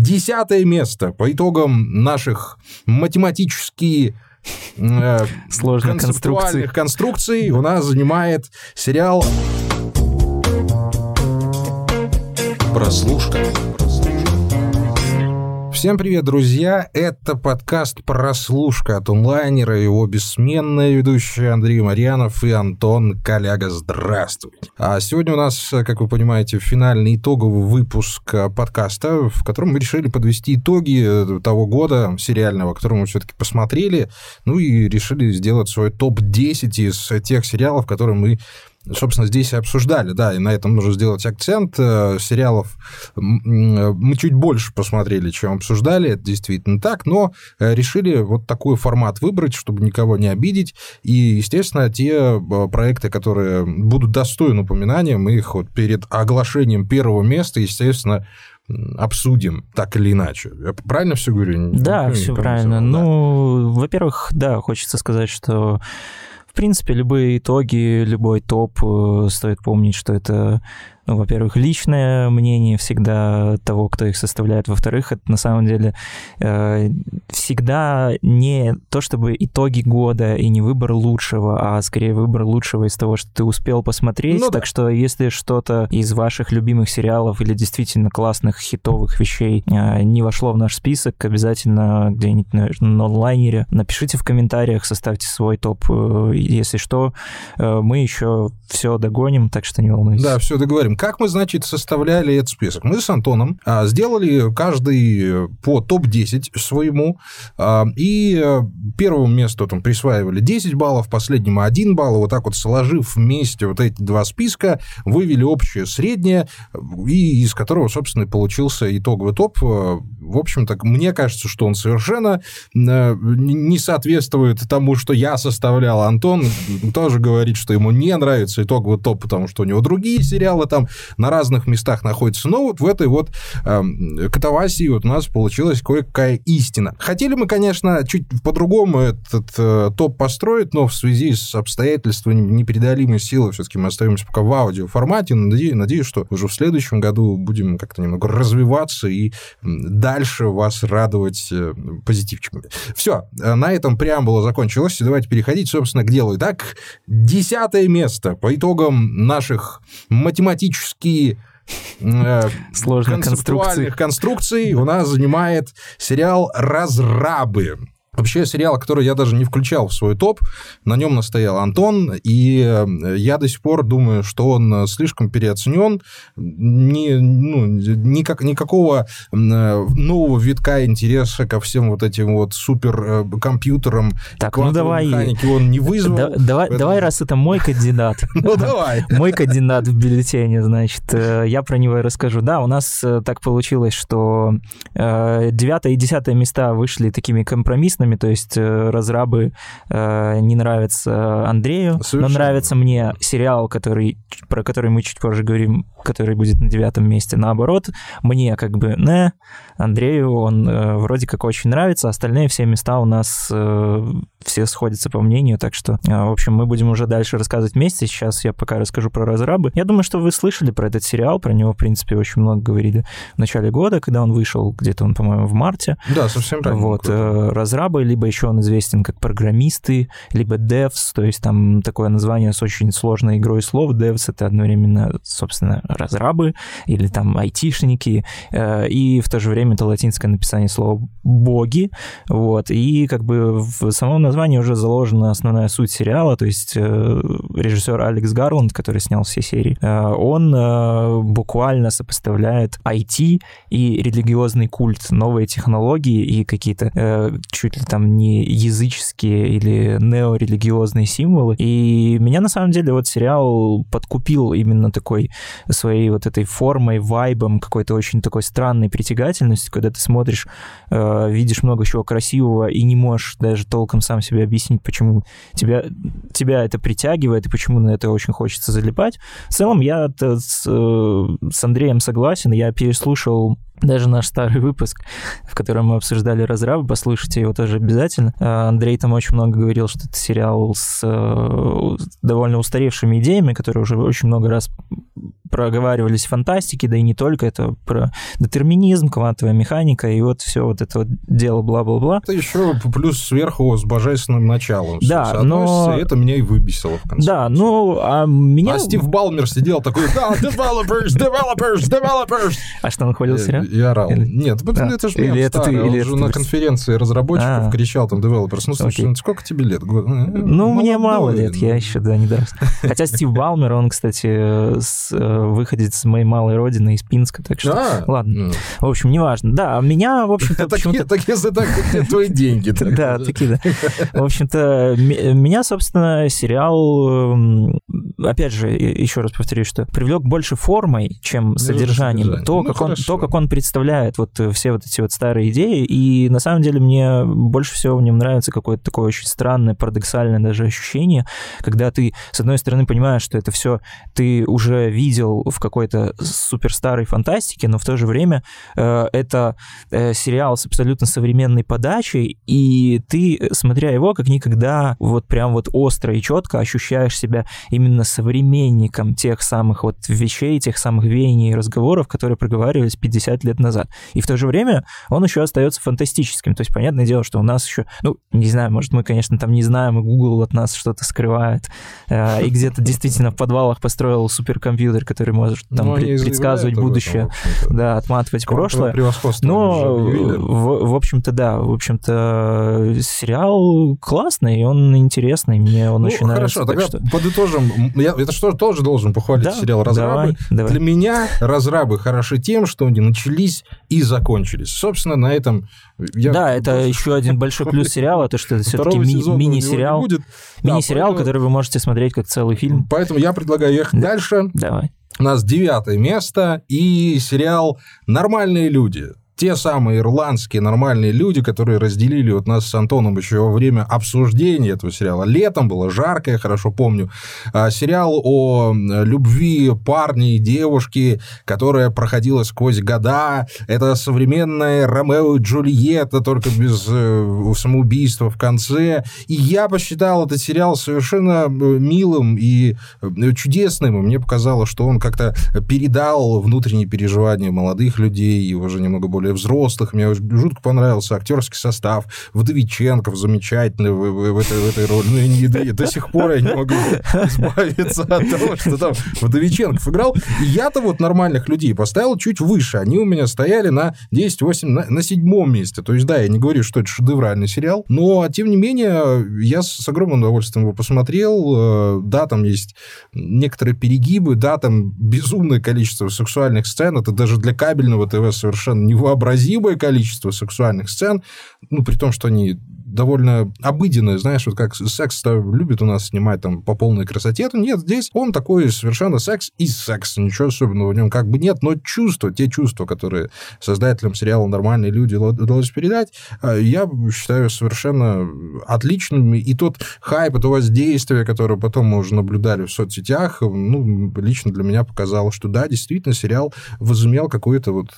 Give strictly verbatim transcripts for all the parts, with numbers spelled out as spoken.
десятое место по итогам наших математически э, сложных конструкций. конструкций у нас занимает сериал «Прослушка». Всем привет, друзья! Это подкаст «Прослушка» от онлайнера, его бессменные ведущие Андрей Марьянов и Антон Коляга. Здравствуйте! А сегодня у нас, как вы понимаете, финальный итоговый выпуск подкаста, в котором мы решили подвести итоги того года сериального, который мы все-таки посмотрели, ну и решили сделать свой топ десять из тех сериалов, которые мы собственно, здесь и обсуждали, да, и на этом нужно сделать акцент. Сериалов мы чуть больше посмотрели, чем обсуждали, это действительно так, но решили вот такой формат выбрать, чтобы никого не обидеть, и, естественно, те проекты, которые будут достойны упоминания, мы их вот перед оглашением первого места, естественно, обсудим так или иначе. Я правильно все говорю? Да, ну, все правильно. Да. Ну, во-первых, да, хочется сказать, что в принципе, любые итоги, любой топ, стоит помнить, что это, ну, во-первых, личное мнение всегда того, кто их составляет. Во-вторых, это на самом деле э, всегда не то чтобы итоги года и не выбор лучшего, а скорее выбор лучшего из того, что ты успел посмотреть. Ну, так да. Что если что-то из ваших любимых сериалов или действительно классных хитовых вещей э, не вошло в наш список, обязательно где-нибудь на, на онлайнере напишите в комментариях, составьте свой топ. Э, если что, э, мы еще все догоним, так что не волнуйтесь. Да, все договорим. Как мы, значит, составляли этот список? Мы с Антоном сделали каждый по топ десять своему, и первому месту там присваивали десять баллов, последнему один балл, и вот так вот сложив вместе вот эти два списка, вывели общее среднее, и из которого, собственно, и получился итоговый топ. В общем-то, мне кажется, что он совершенно не соответствует тому, что я составлял. Антон тоже говорит, что ему не нравится итоговый топ, потому что у него другие сериалы там на разных местах находятся. Но вот в этой вот э, катавасии вот у нас получилась кое-какая истина. Хотели мы, конечно, чуть по-другому этот э, топ построить, но в связи с обстоятельствами непреодолимой силы все-таки мы остаемся пока в аудиоформате. Надеюсь, надеюсь, что уже в следующем году будем как-то немного развиваться и дальше вас радовать э, позитивчиками. Все, на этом преамбула закончилась. Давайте переходить, собственно, к делу. Итак, десятое место по итогам наших математически э, сложных конструкций. конструкций у нас занимает сериал «Разрабы». Вообще, сериал, который я даже не включал в свой топ, на нем настоял Антон, и я до сих пор думаю, что он слишком переоценен, ни, ну, никак, никакого нового витка интереса ко всем вот этим вот суперкомпьютерам, так, ну давай, механики он не вызвал. Да, давай, поэтому... давай, раз это мой кандидат. Ну, давай. Мой кандидат в бюллетене, значит, я про него и расскажу. Да, у нас так получилось, что девятое и десятое места вышли такими компромиссными, то есть «Разрабы» э, не нравится Андрею, совершенно. Но нравится мне сериал, который, про который мы чуть позже говорим, который будет на девятом месте. Наоборот, мне как бы не, Андрею он э, вроде как очень нравится, остальные все места у нас э, все сходятся по мнению, так что, э, в общем, мы будем уже дальше рассказывать вместе. Сейчас я пока расскажу про «Разрабы». Я думаю, что вы слышали про этот сериал, про него, в принципе, очень много говорили в начале года, когда он вышел, где-то он, по-моему, в марте. Да, совсем правильно. Вот, э, «Разрабы», либо еще он известен как программисты, либо devs, то есть там такое название с очень сложной игрой слов. Devs — это одновременно, собственно, разрабы или там айтишники, и в то же время это латинское написание слова боги, вот, и как бы в самом названии уже заложена основная суть сериала, то есть режиссер Алекс Гарланд, который снял все серии, он буквально сопоставляет ай ти и религиозный культ, новые технологии и какие-то чуть ли там не языческие или неорелигиозные символы. И меня, на самом деле, вот сериал подкупил именно такой своей вот этой формой, вайбом, какой-то очень такой странной притягательностью, когда ты смотришь, э, видишь много чего красивого и не можешь даже толком сам себе объяснить, почему тебя, тебя это притягивает и почему на это очень хочется залипать. В целом, я с, с Андреем согласен, я переслушал даже наш старый выпуск, в котором мы обсуждали разрабы, послушайте его тоже обязательно. Андрей там очень много говорил, что это сериал с довольно устаревшими идеями, которые уже очень много раз проговаривались в фантастике, да и не только, это про детерминизм, квантовая механика, и вот все вот это вот дело бла-бла-бла. Это еще плюс сверху с божественным началом. Да, но... Это меня и выбесило в конце. Да, ну, а меня... А Стив Балмер сидел такой, да, developers, developers, developers. А что, он хвалил сериал? Я орал. Или... Нет, а, это же или это ты, он или же это на ты... конференции разработчиков а, кричал там developers. Ну, слушай, ну, сколько тебе лет? Ну, молодой, мне мало лет, я еще, да, не дорос. Хотя Стив Балмер, он, кстати, с, выходит с моей малой родины, из Пинска, так что, а, ладно. Ну. В общем, неважно. Да, меня, в общем-то... Так если так, твои деньги. Да, такие, да. В общем-то, меня, собственно, сериал, опять же, еще раз повторюсь, что привлек больше формой, чем содержанием. То, как он, то, как он представляет вот все вот эти вот старые идеи, и на самом деле мне больше всего в нем нравится какое-то такое очень странное, парадоксальное даже ощущение, когда ты, с одной стороны, понимаешь, что это все ты уже видел в какой-то суперстарой фантастике, но в то же время э, это э, сериал с абсолютно современной подачей, и ты, смотря его, как никогда вот прям вот остро и четко ощущаешь себя именно современником тех самых вот вещей, тех самых веяний и разговоров, которые проговаривались пятьдесят лет назад. И в то же время он еще остается фантастическим. То есть, понятное дело, что у нас еще, ну, не знаю, может, мы, конечно, там не знаем, и Google от нас что-то скрывает, э, и где-то действительно в подвалах построил суперкомпьютер, который может там ну, пред, предсказывать будущее, этом, да, отматывать прошлое. Но, в, в общем-то, да, в общем-то, сериал классный, он интересный, мне он ну, очень хорошо, нравится. Тогда что... подытожим. Я это что тоже должен похвалить да, сериал «Разрабы». Давай, давай. Для меня «Разрабы» хороши тем, что они начались и закончились. Собственно, на этом... Я... Да, это еще один большой плюс сериала, то, что это все-таки ми- мини-сериал, мини-сериал, да, который вы можете смотреть как целый фильм. Поэтому я предлагаю ехать да. дальше. Давай. У нас девятое место и сериал «Нормальные люди». Те самые ирландские нормальные люди, которые разделили вот нас с Антоном еще во время обсуждения этого сериала. Летом было жарко, я хорошо помню. Сериал о любви парня и девушки, которая проходила сквозь года. Это современная Ромео и Джульетта, только без самоубийства в конце. И я посчитал этот сериал совершенно милым и чудесным. И мне показалось, что он как-то передал внутренние переживания молодых людей и уже немного более взрослых. Мне жутко понравился актерский состав. Вдовиченков замечательный в, в, в, этой, в этой роли. Ну, я не, до сих пор я не могу избавиться от того, что там Вдовиченков играл. И я-то вот нормальных людей поставил чуть выше. Они у меня стояли на десять восемь, на, на седьмом месте. То есть, да, я не говорю, что это шедевральный сериал, но, тем не менее, я с огромным удовольствием его посмотрел. Да, там есть некоторые перегибы, да, там безумное количество сексуальных сцен. Это даже для кабельного ТВ совершенно невообразимое количество сексуальных сцен, ну, при том, что они довольно обыденные, знаешь, вот как секс-то любит у нас снимать там по полной красоте, то нет, здесь он такой совершенно секс и секс, ничего особенного в нем как бы нет, но чувства, те чувства, которые создателям сериала «Нормальные люди» удалось передать, я считаю совершенно отличными, и тот хайп, это воздействие, которое потом мы уже наблюдали в соцсетях, ну, лично для меня показало, что да, действительно, сериал возымел какой-то вот,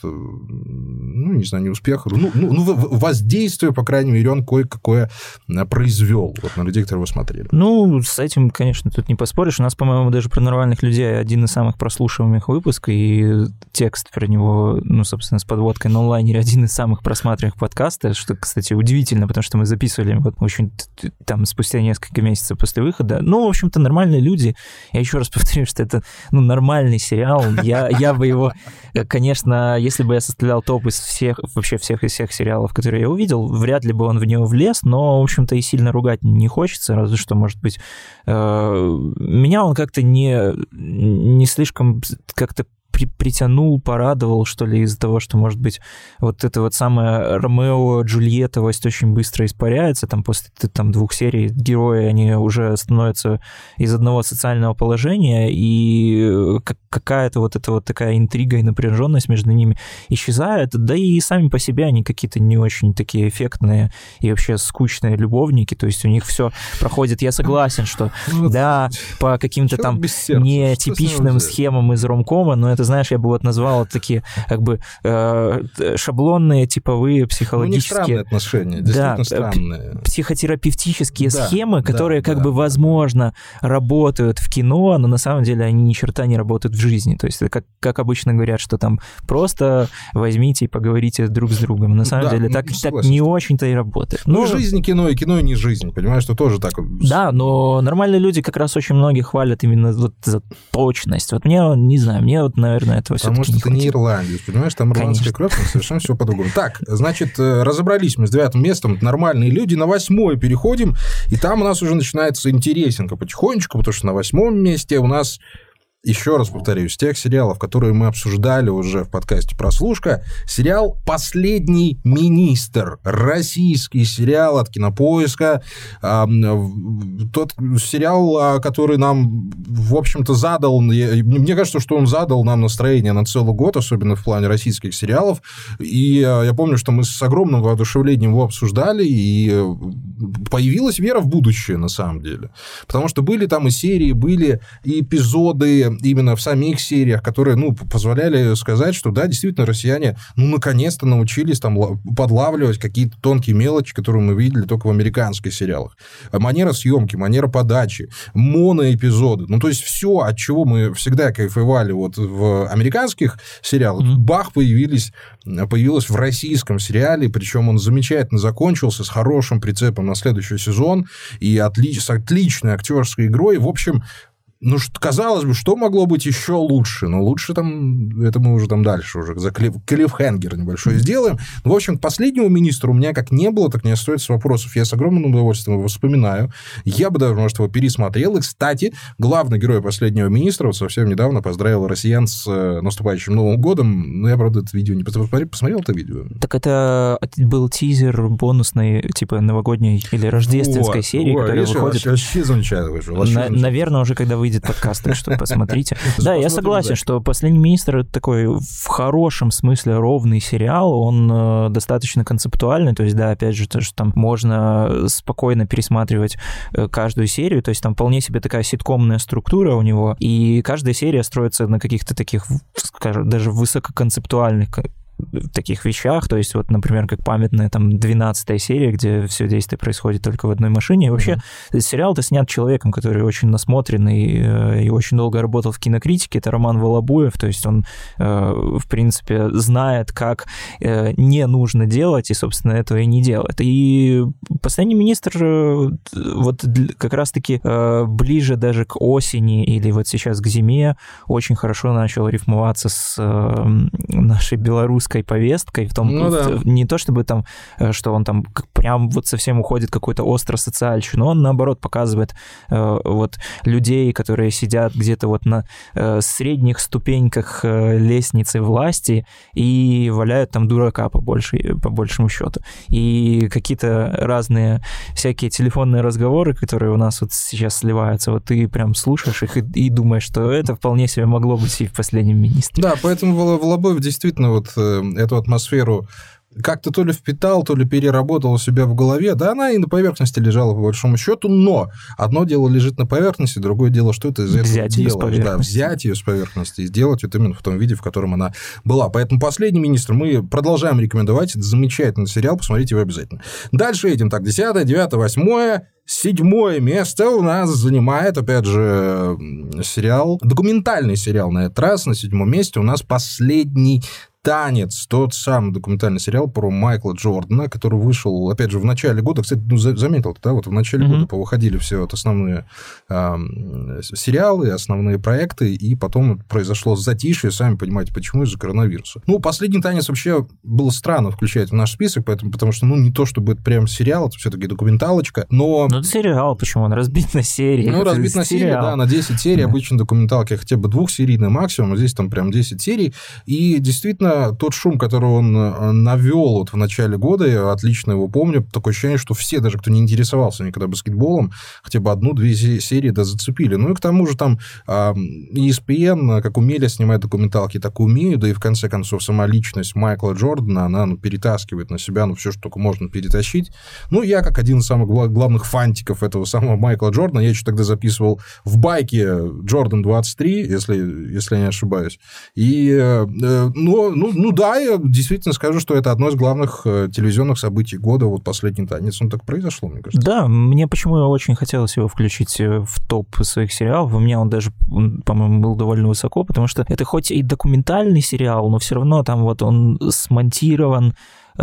ну, не знаю, не успех, ну, ну, ну воздействие, по крайней мере, он кое-какое произвел вот, на людей, которые его смотрели. Ну, с этим, конечно, тут не поспоришь. У нас, по-моему, даже про «Нормальных людей» один из самых прослушиваемых выпусков, и текст про него, ну, собственно, с подводкой на онлайнере один из самых просматриваемых подкастов, что, кстати, удивительно, потому что мы записывали вот, в общем, там, спустя несколько месяцев после выхода. Ну, в общем-то, «Нормальные люди». Я еще раз повторю, что это, ну, нормальный сериал. Я, я бы его, конечно, если бы я составлял топ из всех, вообще всех из всех сериалов, которые я увидел, вряд ли бы он в него влез, но, в общем-то, и сильно ругать не хочется, разве что, может быть, э, меня он как-то не, не слишком как-то при, притянул, порадовал, что ли, из-за того, что, может быть, вот это вот самое Ромео, Джульеттовость очень быстро испаряется, там после там, двух серий герои, они уже становятся из одного социального положения, и какая-то вот эта вот такая интрига и напряженность между ними исчезает, да и сами по себе они какие-то не очень такие эффектные и вообще скучные любовники, то есть у них все проходит, я согласен, что да, по каким-то там нетипичным схемам из ромкома, но это это, знаешь, я бы вот назвал такие как бы э, шаблонные, типовые, психологические... Ну, у них странные отношения, действительно да, странные. Психотерапевтические да, схемы, которые, да, как да. бы, возможно, работают в кино, но на самом деле они ни черта не работают в жизни. То есть, как, как обычно говорят, что там просто возьмите и поговорите друг с другом. На самом да, деле так, так не очень-то и работает. Ну, но... жизнь не кино, и кино не жизнь, понимаешь, что тоже так... Да, но нормальные люди как раз очень многие хвалят именно вот за точность. Вот мне, не знаю, мне вот, наверное, этого Потому что не это не Ирландия, понимаешь, там ирландская кровь, там совершенно все по-другому. Так, значит, разобрались мы с девятым местом, нормальные люди, на восьмое переходим, и там у нас уже начинается интересненько потихонечку, потому что на восьмом месте у нас... Еще раз повторюсь, тех сериалов, которые мы обсуждали уже в подкасте «Прослушка», сериал «Последний министр», российский сериал от Кинопоиска, тот сериал, который нам, в общем-то, задал, мне кажется, что он задал нам настроение на целый год, особенно в плане российских сериалов, и я помню, что мы с огромным воодушевлением его обсуждали, и появилась вера в будущее, на самом деле, потому что были там и серии, были и эпизоды, именно в самих сериях, которые, ну, позволяли сказать, что, да, действительно, россияне, ну, наконец-то научились там подлавливать какие-то тонкие мелочи, которые мы видели только в американских сериалах. Манера съемки, манера подачи, моноэпизоды, ну, то есть все, от чего мы всегда кайфовали вот в американских сериалах, mm-hmm. бах, появились, появилось в российском сериале, причем он замечательно закончился, с хорошим прицепом на следующий сезон, и отли- с отличной актерской игрой, в общем... Ну, казалось бы, что могло быть еще лучше? Но лучше там, это мы уже там дальше уже за клиффхенгер небольшой сделаем. Ну, в общем, к последнему министру у меня как не было, так не остается вопросов. Я с огромным удовольствием его вспоминаю. Я бы даже, может, его пересмотрел. И, кстати, главный герой последнего министра вот совсем недавно поздравил россиян с наступающим Новым годом. Ну, я, правда, это видео не посмотрел. Посмотрел это видео? Так это был тизер бонусной, типа, новогодней или рождественской вот, серии, вот, которая выходит... Вообще замечательно вышло. Вообще На, замечательно. Наверное, уже когда выйдет подкаст, так что посмотрите. Да, я согласен, что «Последний министр» — это такой в хорошем смысле ровный сериал, он достаточно концептуальный, то есть, да, опять же, то, что там можно спокойно пересматривать каждую серию, то есть там вполне себе такая ситкомная структура у него, и каждая серия строится на каких-то таких, скажем, даже высококонцептуальных таких вещах, то есть вот, например, как памятная там двенадцатая серия, где все действие происходит только в одной машине. И вообще mm-hmm. сериал-то снят человеком, который очень насмотренный и очень долго работал в кинокритике. Это Роман Волобуев, то есть он, в принципе, знает, как не нужно делать, и, собственно, этого и не делает. И «Последний министр» вот как раз-таки ближе даже к осени или вот сейчас к зиме очень хорошо начал рифмоваться с нашей белорусской повесткой, в том, ну, да. в, не то чтобы там, что он там прям вот совсем уходит какой-то остро-социальщину, но он, наоборот, показывает э, вот людей, которые сидят где-то вот на э, средних ступеньках э, лестницы власти и валяют там дурака по, большей, по большему счету. И какие-то разные всякие телефонные разговоры, которые у нас вот сейчас сливаются, вот ты прям слушаешь их и, и думаешь, что это вполне себе могло быть и в «Последнем министре». Да, поэтому Волобуев действительно вот эту атмосферу как-то то ли впитал, то ли переработал у себя в голове. Да, она и на поверхности лежала, по большому счету, но одно дело лежит на поверхности, другое дело, что ты из этого взять делаешь. Да, взять ее с поверхности и сделать вот именно в том виде, в котором она была. Поэтому «Последний министр» мы продолжаем рекомендовать. Это замечательный сериал, посмотрите его обязательно. Дальше едем. Так, десятое, девятое, восьмое... Седьмое место у нас занимает, опять же, сериал, документальный сериал на этот раз. На седьмом месте у нас «Последний танец», тот самый документальный сериал про Майкла Джордана, который вышел, опять же, в начале года. Кстати, ну, заметил, да, вот в начале mm-hmm. года повыходили все вот основные э, сериалы, основные проекты, и потом произошло затишье, сами понимаете, почему, из-за коронавируса. Ну, «Последний танец» вообще было странно включать в наш список, поэтому, потому что, ну, не то, чтобы это прям сериал, это все-таки документалочка, но... Ну, это сериал, почему? Он разбит на серии. Ну, разбит на серии, да, на десять серий, да. Обычно документалки хотя бы двухсерийный максимум, а здесь там прям десять серий, и действительно действительно, тот шум, который он навел вот в начале года, я отлично его помню, такое ощущение, что все, даже кто не интересовался никогда баскетболом, хотя бы одну-две серии да зацепили. Ну и к тому же там и эс пи эн, как умели снимать документалки, так и умеют, да и в конце концов сама личность Майкла Джордана, она ну, перетаскивает на себя ну, все, что только можно перетащить. Ну, я, как один из самых главных фантиков этого самого Майкла Джордана, я еще тогда записывал в байке Джордан двадцать три, если, если я не ошибаюсь. И, ну, ну, ну да, я действительно скажу, что это одно из главных телевизионных событий года, вот последний танец, ну так произошло, мне кажется. Да, мне почему очень хотелось его включить в топ своих сериалов, у меня он даже, по-моему, был довольно высоко, потому что это хоть и документальный сериал, но все равно там вот он смонтирован,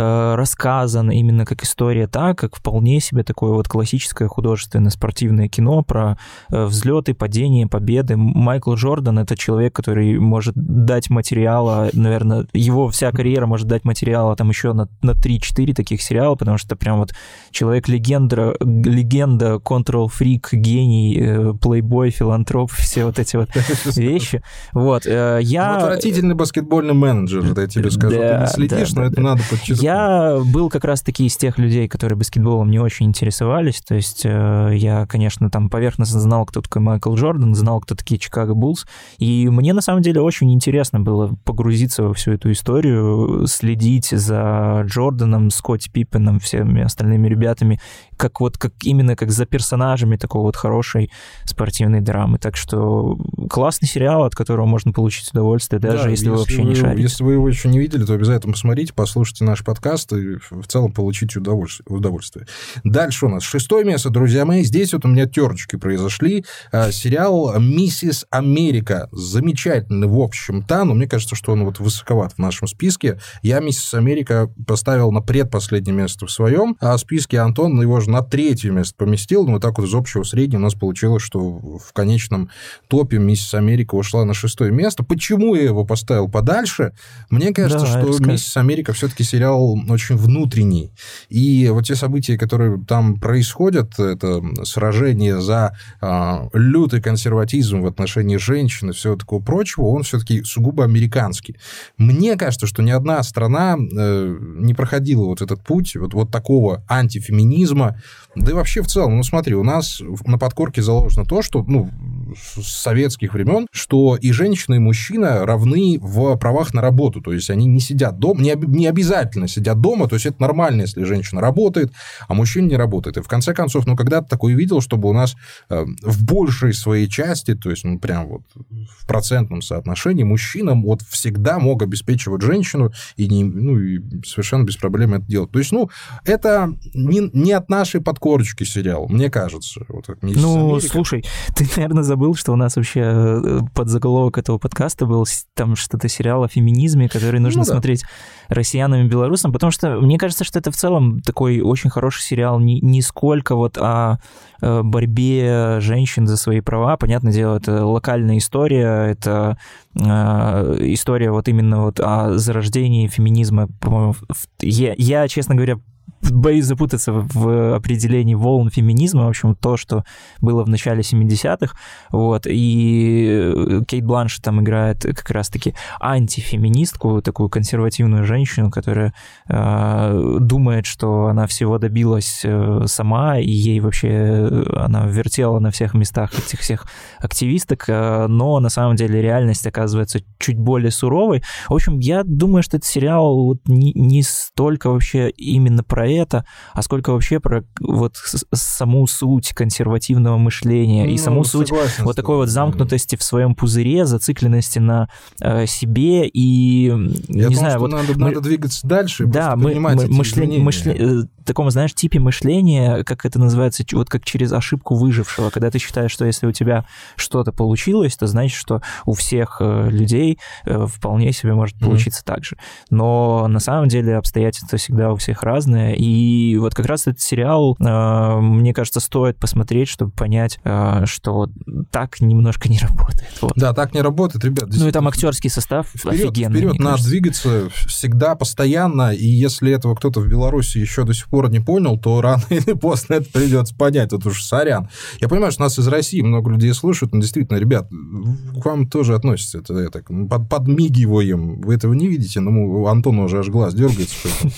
рассказан именно как история, так, как вполне себе такое вот классическое художественное спортивное кино про взлеты, падения, победы. Майкл Джордан — это человек, который может дать материала, наверное, его вся карьера может дать материала там еще на, на три-четыре таких сериала, потому что прям вот человек-легенда, легенда, контрол-фрик, гений, плейбой, филантроп, все вот эти вот вещи. Вот, я... Отвратительный баскетбольный менеджер, я тебе скажу. Ты не следишь, но это надо подчеркнуть. Я был как раз-таки из тех людей, которые баскетболом не очень интересовались, то есть э, я, конечно, там поверхностно знал, кто такой Майкл Джордан, знал, кто такие Чикаго Буллс, и мне, на самом деле, очень интересно было погрузиться во всю эту историю, следить за Джорданом, Скотти Пиппеном, всеми остальными ребятами, как вот как именно как за персонажами такой вот хорошей спортивной драмы. Так что классный сериал, от которого можно получить удовольствие, даже да, если, если вы вообще вы, не шарите. Если вы его еще не видели, то обязательно посмотрите, послушайте наш подкаст и в целом получите удовольствие. Дальше у нас шестое место, друзья мои. Здесь вот у меня терочки произошли. Сериал «Миссис Америка». Замечательный, в общем-то, но мне кажется, что он вот высоковат в нашем списке. Я «Миссис Америка» поставил на предпоследнее место в своем а списке. Антон его же на третье место поместил. Но вот так вот из общего среднего у нас получилось, что в конечном топе «Миссис Америка» ушла на шестое место. Почему я его поставил подальше? Мне кажется, да, что «Миссис Америка» все-таки сериал очень внутренний. И вот те события, которые там происходят, это сражение за а, лютый консерватизм в отношении женщин и всего такого прочего, он все-таки сугубо американский. Мне кажется, что ни одна страна э, не проходила вот этот путь вот, вот такого антифеминизма. Да и вообще в целом, ну смотри, у нас на подкорке заложено то, что, ну, с советских времен, что и женщина, и мужчина равны в правах на работу. То есть они не сидят дома, не, не обязательно сидят дома, то есть это нормально, если женщина работает, а мужчина не работает. И в конце концов, ну, когда ты такое видел, чтобы у нас э, в большей своей части, то есть, ну, прям вот в процентном соотношении, мужчина вот всегда мог обеспечивать женщину и, не, ну, и совершенно без проблем это делать. То есть, ну, это не, не от нашей подкорочки сериал, мне кажется. Вот, как ну, Америка. Слушай, ты, наверное, забыл, что у нас вообще подзаголовок этого подкаста был там что-то сериал о феминизме, который нужно ну, да. смотреть россиянам и белорусам, потому что мне кажется, что это в целом такой очень хороший сериал, не, не сколько вот о борьбе женщин за свои права. Понятное дело, это локальная история, это э, история вот именно вот о зарождении феминизма. По-моему, я, я, честно говоря, боюсь запутаться в определении волн феминизма, в общем, то, что было в начале семидесятых, вот, и Кейт Бланшетт там играет как раз-таки антифеминистку, такую консервативную женщину, которая э, думает, что она всего добилась э, сама, и ей вообще, она вертела на всех местах этих всех активисток, э, но на самом деле реальность оказывается чуть более суровой. В общем, я думаю, что этот сериал вот не, не столько вообще именно про это, а сколько вообще про вот саму суть консервативного мышления ну, и саму суть вот такой вот замкнутости в своем пузыре, зацикленности на э, себе и Я не думаю, знаю, что вот надо, мы, надо двигаться дальше, да, мы, мы, мышление, мышление, таком, знаешь, типе мышления, как это называется, вот как через ошибку выжившего, когда ты считаешь, что если у тебя что-то получилось, то значит, что у всех людей вполне себе может получиться mm-hmm. так же. Но на самом деле обстоятельства всегда у всех разные, и вот как раз этот сериал, мне кажется, стоит посмотреть, чтобы понять, что так немножко не работает. Вот. Да, так не работает, ребят. Ну и там актерский состав вперед, офигенный. Вперед надо двигаться всегда, постоянно, и если этого кто-то в Беларуси еще до сих пор пор не понял, то рано или поздно это придется понять. Тут уж сорян. Я понимаю, что нас из России много людей слушают, но действительно, ребят, к вам тоже относится это, это под, подмигиваем. Вы этого не видите, но у Антона уже аж глаз дергается.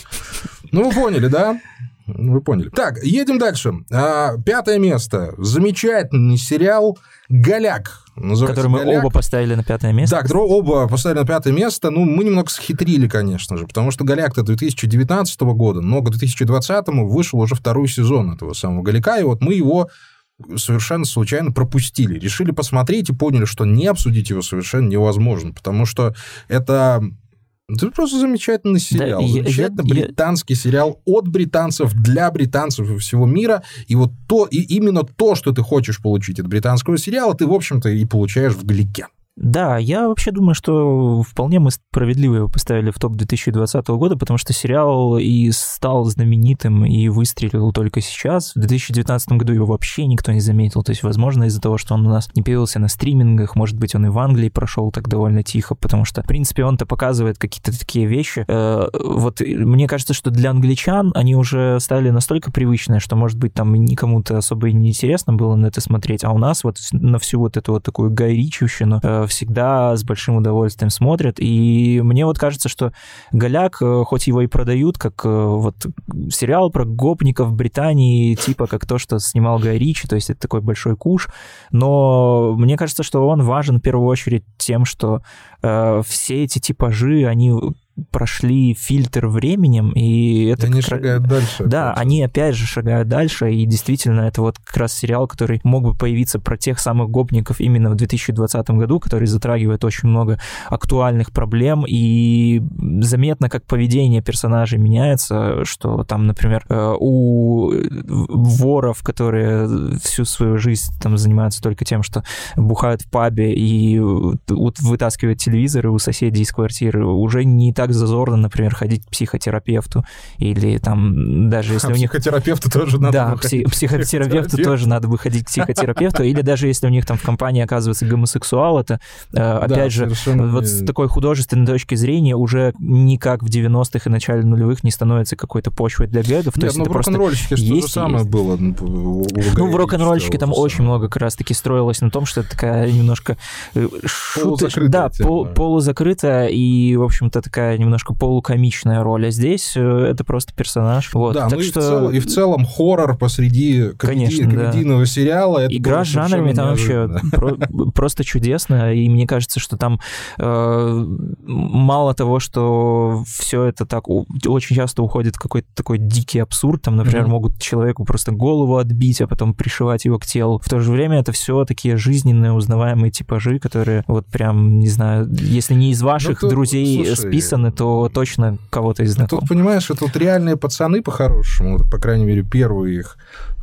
Ну, вы поняли, да? Вы поняли. Так, едем дальше. А, пятое место. Замечательный сериал «Голяк». Который мы «Голяк». оба поставили на пятое место. Да, который оба поставили на пятое место. Ну, мы немного схитрили, конечно же, потому что «Голяк»-то две тысячи девятнадцатого года, но к две тысячи двадцатому вышел уже второй сезон этого самого «Голяка», и вот мы его совершенно случайно пропустили. Решили посмотреть и поняли, что не обсудить его совершенно невозможно, потому что это... Это просто замечательный сериал. Да, замечательный я, британский я... сериал от британцев для британцев и всего мира. И вот то, и именно то, что ты хочешь получить от британского сериала, ты, в общем-то, и получаешь в «Голяке». Да, я вообще думаю, что вполне мы справедливо его поставили в топ две тысячи двадцатого года, потому что сериал и стал знаменитым, и выстрелил только сейчас. В две тысячи девятнадцатом году его вообще никто не заметил. То есть, возможно, из-за того, что он у нас не появился на стримингах, может быть, он и в Англии прошел так довольно тихо, потому что, в принципе, он-то показывает какие-то такие вещи. Вот мне кажется, что для англичан они уже стали настолько привычные, что, может быть, там никому-то особо и не интересно было на это смотреть, а у нас вот на всю вот эту вот такую гайричевщину всегда с большим удовольствием смотрят. И мне вот кажется, что «Голяк», хоть его и продают как вот сериал про гопников в Британии, типа как то, что снимал Гай Ричи, то есть это такой большой куш, но мне кажется, что он важен в первую очередь тем, что э, все эти типажи, они прошли фильтр временем, и это... Они как... шагают дальше. Да, они опять же шагают дальше, и действительно это вот как раз сериал, который мог бы появиться про тех самых гопников именно в две тысячи двадцатом году, который затрагивает очень много актуальных проблем, и заметно, как поведение персонажей меняется, что там, например, у воров, которые всю свою жизнь там занимаются только тем, что бухают в пабе и вытаскивают телевизоры у соседей из квартиры, уже не так зазорно, например, ходить к психотерапевту, или там даже если а у них... психотерапевту тоже надо Да, пси- психотерапевту тоже надо выходить к психотерапевту, или даже если у них там в компании оказывается гомосексуал, это, опять да, же, вот с такой художественной точки зрения уже никак в девяностых и начале нулевых не становится какой-то почвой для гэгов. Нет, ну в рок-н-ролльщике что же самое было. Ну, в рок-н-ролльщике там очень много как раз-таки строилось на том, что это такая немножко полузакрытая, да, пол, полузакрытая и, в общем-то, такая немножко полукомичная роль, а здесь это просто персонаж. Вот. Да, так ну что... и, в цел, и в целом хоррор посреди комедий, комедийного да. сериала. Это игра с жанрами там вообще про, просто чудесно, и мне кажется, что там э, мало того, что все это так очень часто уходит в какой-то такой дикий абсурд, там, например, mm-hmm. могут человеку просто голову отбить, а потом пришивать его к телу. В то же время это все такие жизненные, узнаваемые типажи, которые вот прям, не знаю, если не из ваших ну, то, друзей слушай, списаны, то точно кого-то из знакомых. Тут, понимаешь, это вот реальные пацаны по-хорошему, вот, по крайней мере, первые их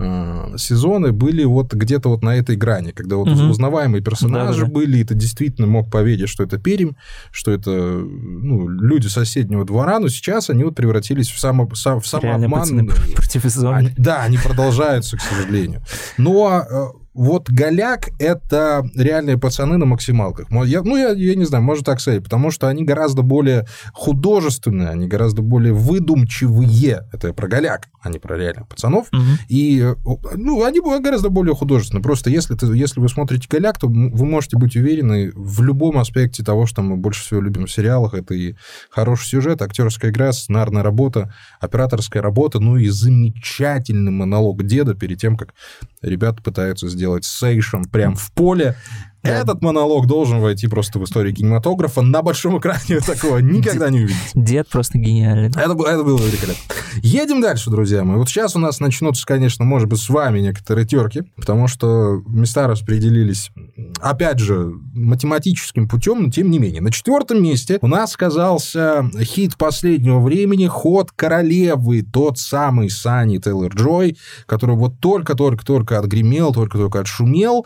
э, сезоны были вот где-то вот на этой грани, когда вот mm-hmm. узнаваемые персонажи Да-да-да. были, и ты действительно мог поверить, что это Пермь, что это ну, люди соседнего двора, но сейчас они вот превратились в, само, в самообман. Против они, да, они продолжаются, к сожалению. Но... Вот «Голяк» — это реальные пацаны на максималках. Я, ну, я, я не знаю, можно так сказать, потому что они гораздо более художественные, они гораздо более выдумчивые. Это про «Голяк», а не про реальных пацанов. Угу. И ну, они гораздо более художественные. Просто если, ты, если вы смотрите «Голяк», то вы можете быть уверены в любом аспекте того, что мы больше всего любим в сериалах. Это и хороший сюжет, актерская игра, сценарная работа, операторская работа, ну и замечательный монолог деда перед тем, как ребята пытаются сделать сейшн прям в поле. Этот монолог должен войти просто в историю кинематографа. На большом экране вы такого никогда не увидите. Дед просто гениальный. Это, это было великолепно. Едем дальше, друзья мои. Вот сейчас у нас начнутся, конечно, может быть, с вами некоторые терки, потому что места распределились, опять же, математическим путем, но тем не менее. На четвертом месте у нас оказался хит последнего времени «Ход королевы», тот самый Санни Тейлор-Джой, который вот только-только-только отгремел, только-только отшумел.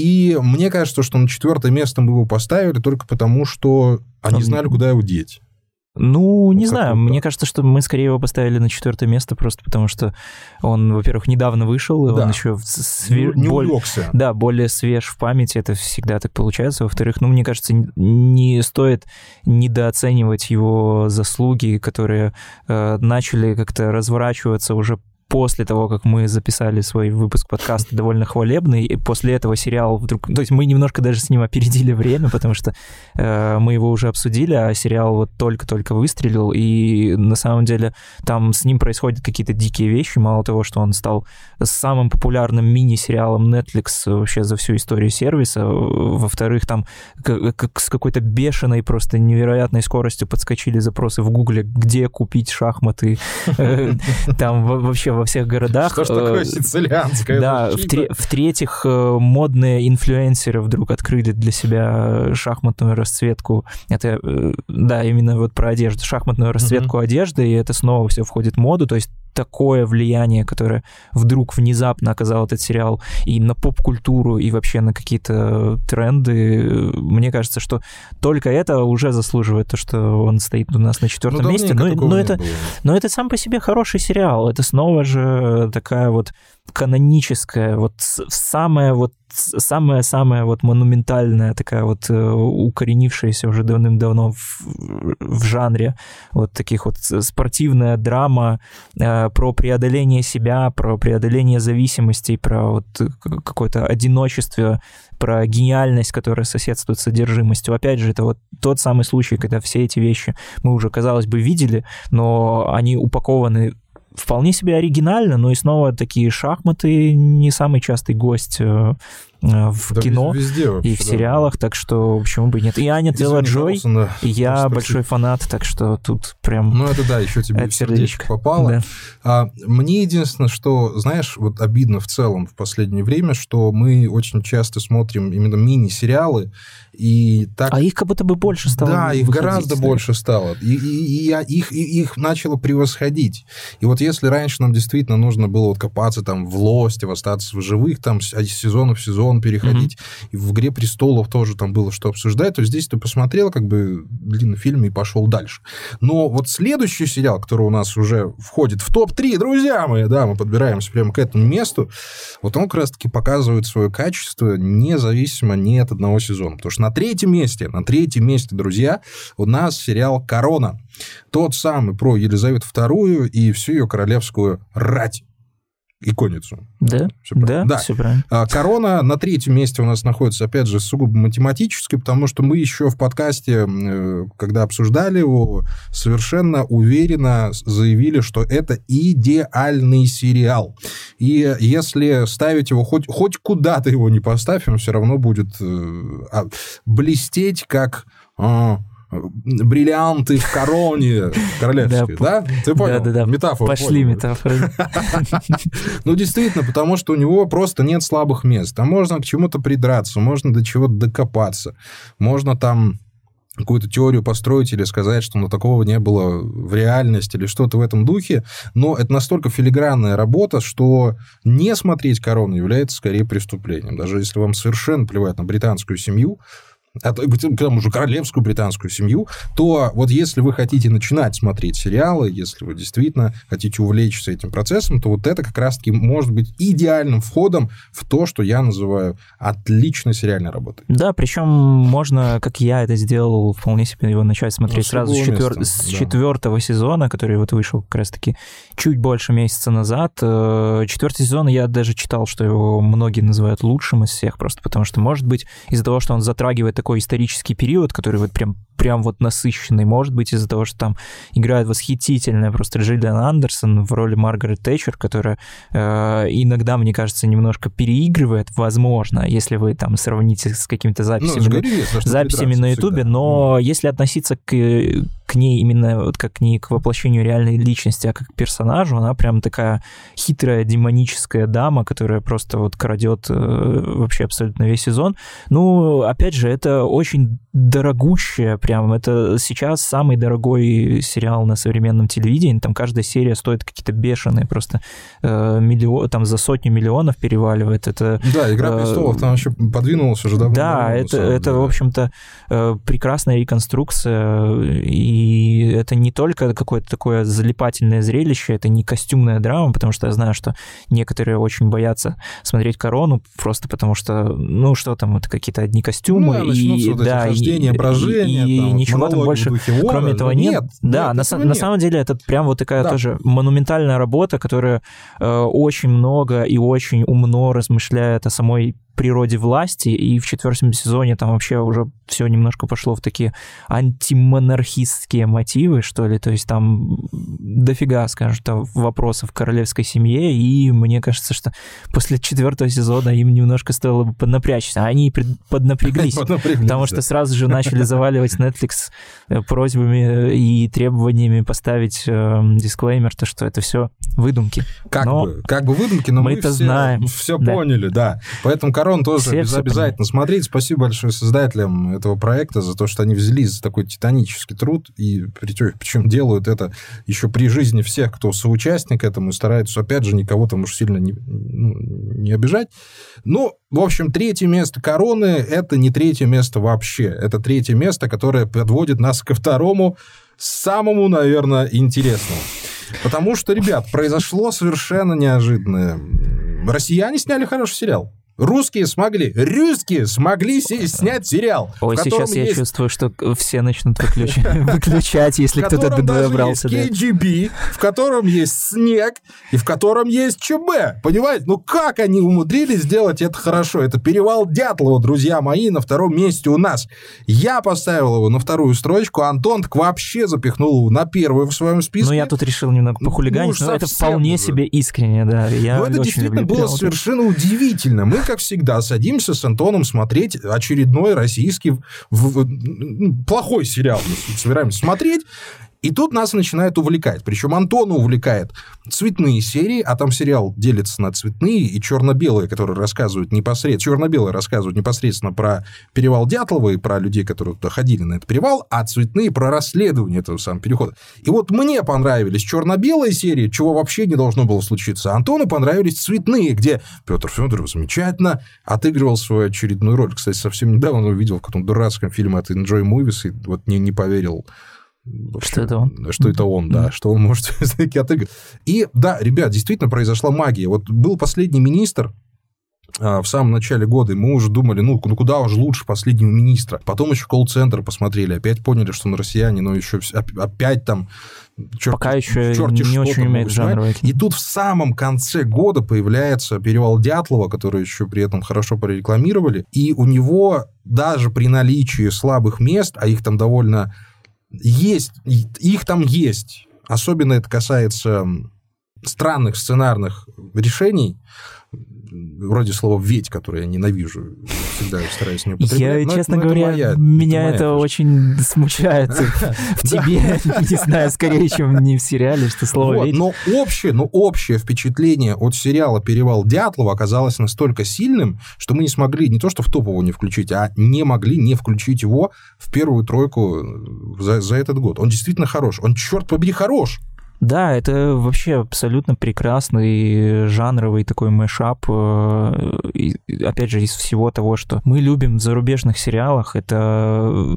И мне кажется, что на четвертое место мы его поставили только потому, что они знали, куда его деть. Ну, не Ну, знаю, какой-то. мне кажется, что мы скорее его поставили на четвертое место, просто потому что он, во-первых, недавно вышел, и Да. он еще све... Не боль- увлекся. Да, более свеж в памяти, это всегда так получается. Во-вторых, ну, мне кажется, н- не стоит недооценивать его заслуги, которые э, начали как-то разворачиваться уже после того, как мы записали свой выпуск подкаста довольно хвалебный, и после этого сериал вдруг... То есть мы немножко даже с ним опередили время, потому что э, мы его уже обсудили, а сериал вот только-только выстрелил, и на самом деле там с ним происходят какие-то дикие вещи, мало того, что он стал самым популярным мини-сериалом Netflix вообще за всю историю сервиса, во-вторых, там к- к- с какой-то бешеной, просто невероятной скоростью подскочили запросы в Гугле, где купить шахматы, э, там во- вообще во всех городах. Что ж такое сицилианское? Да, в-тре- в-третьих, э, модные инфлюенсеры вдруг открыли для себя шахматную расцветку. Это, э, да, именно вот про одежду. Шахматную расцветку одежды, и это снова все входит в моду. То есть такое влияние, которое вдруг внезапно оказал этот сериал и на поп-культуру, и вообще на какие-то тренды. Мне кажется, что только это уже заслуживает то, что он стоит у нас на четвертом Ну, месте. давненько Но, такого но не это, было. но это сам по себе хороший сериал. Это снова же такая вот каноническая, вот с- самая вот самая-самая вот монументальная такая вот э, укоренившаяся уже давным-давно в, в жанре вот таких вот спортивная драма э, про преодоление себя, про преодоление зависимостей, про вот к- какое-то одиночество, про гениальность, которая соседствует с содержимостью. Опять же, это вот тот самый случай, когда все эти вещи мы уже, казалось бы, видели, но они упакованы вполне себе оригинально, но и снова такие шахматы не самый частый гость э, в Да кино везде вообще, и в да. сериалах, так что почему бы и нет. И Аня Извини, Тейлор-Джой, Карлсон, да. и я Может, большой фанат, так что тут прям Ну, это да, еще тебе от в сердечко сердечка. попало. Да. А, мне единственное, что, знаешь, вот обидно в целом в последнее время, что мы очень часто смотрим именно мини-сериалы, и так... А их как будто бы больше стало Да, их выходить, гораздо да. больше стало. И, и- и я- их, и- их начало превосходить. И вот если раньше нам действительно нужно было вот копаться там в Лосте, в остаться в живых, там с из сезона в сезон переходить, и в «Игре престолов» тоже там было что обсуждать, то здесь ты посмотрел как бы длинный фильм и пошел дальше. Но вот следующий сериал, который у нас уже входит в топ три, друзья мои, да, мы подбираемся прямо к этому месту, вот он как раз-таки показывает свое качество независимо ни от одного сезона. Потому что на третьем месте, на третьем месте, друзья, у нас сериал «Корона». Тот самый про Елизавету вторую и всю ее королевскую рать. Иконицу. Да, Всё правильно. да, Да. все правильно. А «Корона» на третьем месте у нас находится, опять же, сугубо математически, потому что мы еще в подкасте, э, когда обсуждали его, совершенно уверенно заявили, что это идеальный сериал. И если ставить его хоть, хоть куда ты его не поставь, он все равно будет э, а, блестеть, как... а, бриллианты в короне королевской, да? Ты понял? Да-да-да. Метафору Пошли понял? метафоры. Ну, действительно, потому что у него просто нет слабых мест. Там можно к чему-то придраться, можно до чего-то докопаться, можно там какую-то теорию построить или сказать, что ну, такого не было в реальности или что-то в этом духе, но это настолько филигранная работа, что не смотреть «Корону» является скорее преступлением. Даже если вам совершенно плевать на британскую семью, а то, к тому же королевскую британскую семью, то вот если вы хотите начинать смотреть сериалы, если вы действительно хотите увлечься этим процессом, то вот это как раз-таки может быть идеальным входом в то, что я называю отличной сериальной работой. Да, причем можно, как я это сделал, вполне себе его начать смотреть Ну, сразу с, любого четвер... места, с да. четвертого сезона, который вот вышел как раз-таки чуть больше месяца назад. Э, Четвертый сезон, я даже читал, что его многие называют лучшим из всех, просто потому что, может быть, из-за того, что он затрагивает такой исторический период, который вот прям, прям вот насыщенный, может быть, из-за того, что там играет восхитительная просто Джиллиан Андерсон в роли Маргарет Тэтчер, которая э, иногда, мне кажется, немножко переигрывает, возможно, если вы там сравните с какими-то записями, Ну, говорю, есть, за что записями придраться на Ютубе, всегда. но если относиться к, к ней именно вот как не к воплощению реальной личности, а как к персонажу, она прям такая хитрая демоническая дама, которая просто вот крадет э, вообще абсолютно весь сезон. Ну, опять же, это очень дорогущая, прям. Это сейчас самый дорогой сериал на современном телевидении. Там каждая серия стоит какие-то бешеные просто э, миллион, там за сотню миллионов переваливает. Это, да, «Игра э, престолов» там еще подвинулась уже давно. Да, давно, это, это в общем-то, э, прекрасная реконструкция, и это не только какое-то такое залипательное зрелище, это не костюмная драма, потому что я знаю, что некоторые очень боятся смотреть «Корону», просто потому что, ну, что там, это какие-то одни костюмы, ну, и, вот да, хождения, брожения, и, там, и ничего там больше, Вора, кроме этого, нет. нет. Да, нет, на, этого на нет. самом деле это прям вот такая да. тоже монументальная работа, которая э, очень много и очень умно размышляет о самой природе власти, и в четвертом сезоне там вообще уже все немножко пошло в такие антимонархистские мотивы, что ли, то есть там дофига, скажем, там вопросов в королевской семье, и мне кажется, что после четвертого сезона им немножко стоило бы поднапрячься, а они поднапряглись, потому что сразу же начали заваливать Netflix просьбами и требованиями поставить дисклеймер, то, что это все выдумки. Как бы, как бы выдумки, но мы это все, знаем. все поняли, да. Поэтому «Корон» тоже все обязательно все смотреть. Спасибо большое создателям этого проекта за то, что они взялись за такой титанический труд, и причем делают это еще при жизни всех, кто соучастник этому, и стараются, опять же, никого там уж сильно не, ну, не обижать. Ну, в общем, третье место «Короны» — это не третье место вообще. Это третье место, которое подводит нас ко второму, самому, наверное, интересному. Потому что, ребят, произошло совершенно неожиданное. Россияне сняли хороший сериал. Русские смогли, русские смогли снять сериал. Ой, сейчас я есть... чувствую, что все начнут выключать, выключать если кто-то добрался. В котором даже есть кей джи би, в котором есть снег, и в котором есть ЧБ. Понимаете? Ну как они умудрились сделать это хорошо? Это «Перевал Дятлова», друзья мои, на втором месте у нас. Я поставил его на вторую строчку, Антон так вообще запихнул его на первую в своем списке. Ну, я тут решил немного похулиганить, ну, но это вполне уже. себе искренне, да. Я ну, это действительно было совершенно удивительно. Мы, как всегда, садимся с Антоном смотреть очередной российский в, в, плохой сериал. Мы собираемся смотреть, и тут нас начинает увлекать. Причем Антона увлекает цветные серии, а там сериал делится на цветные и черно-белые, которые рассказывают непосредственно... Черно-белые рассказывают непосредственно про перевал Дятлова и про людей, которые туда ходили на этот перевал, а цветные про расследование этого самого перехода. И вот мне понравились черно-белые серии, чего вообще не должно было случиться. Антону понравились цветные, где Петр Федоров замечательно отыгрывал свою очередную роль. Кстати, совсем недавно увидел в каком-то дурацком фильме от Enjoy Movies, и вот не, не поверил, вообще, что это он. Что это он, да, mm-hmm. что он может все-таки отыграть. И да, ребят, действительно произошла магия. Вот был последний министр а, в самом начале года, и мы уже думали, ну, ну куда уж лучше последнего министра. Потом еще колл-центр посмотрели, опять поняли, что он россияне, но еще опять там... Черт, Пока еще черти не очень умеет жанровое кино. И тут в самом конце года появляется «Перевал Дятлова», который еще при этом хорошо прорекламировали, и у него даже при наличии слабых мест, а их там довольно... Есть, их там есть. Особенно это касается странных сценарных решений, вроде слова «ведь», которое я ненавижу, всегда стараюсь не употреблять. Я, но, честно но говоря, это моя, меня это, это очень смущает в тебе, не знаю, скорее, чем не в сериале, что слово «ведь». Но общее, но общее впечатление от сериала «Перевал Дятлова» оказалось настолько сильным, что мы не смогли не то что в топ его не включить, а не могли не включить его в первую тройку за, за этот год. Он действительно хорош. Он, черт побери, хорош. Да, это вообще абсолютно прекрасный жанровый такой мэшап. И, опять же, из всего того, что мы любим в зарубежных сериалах, это...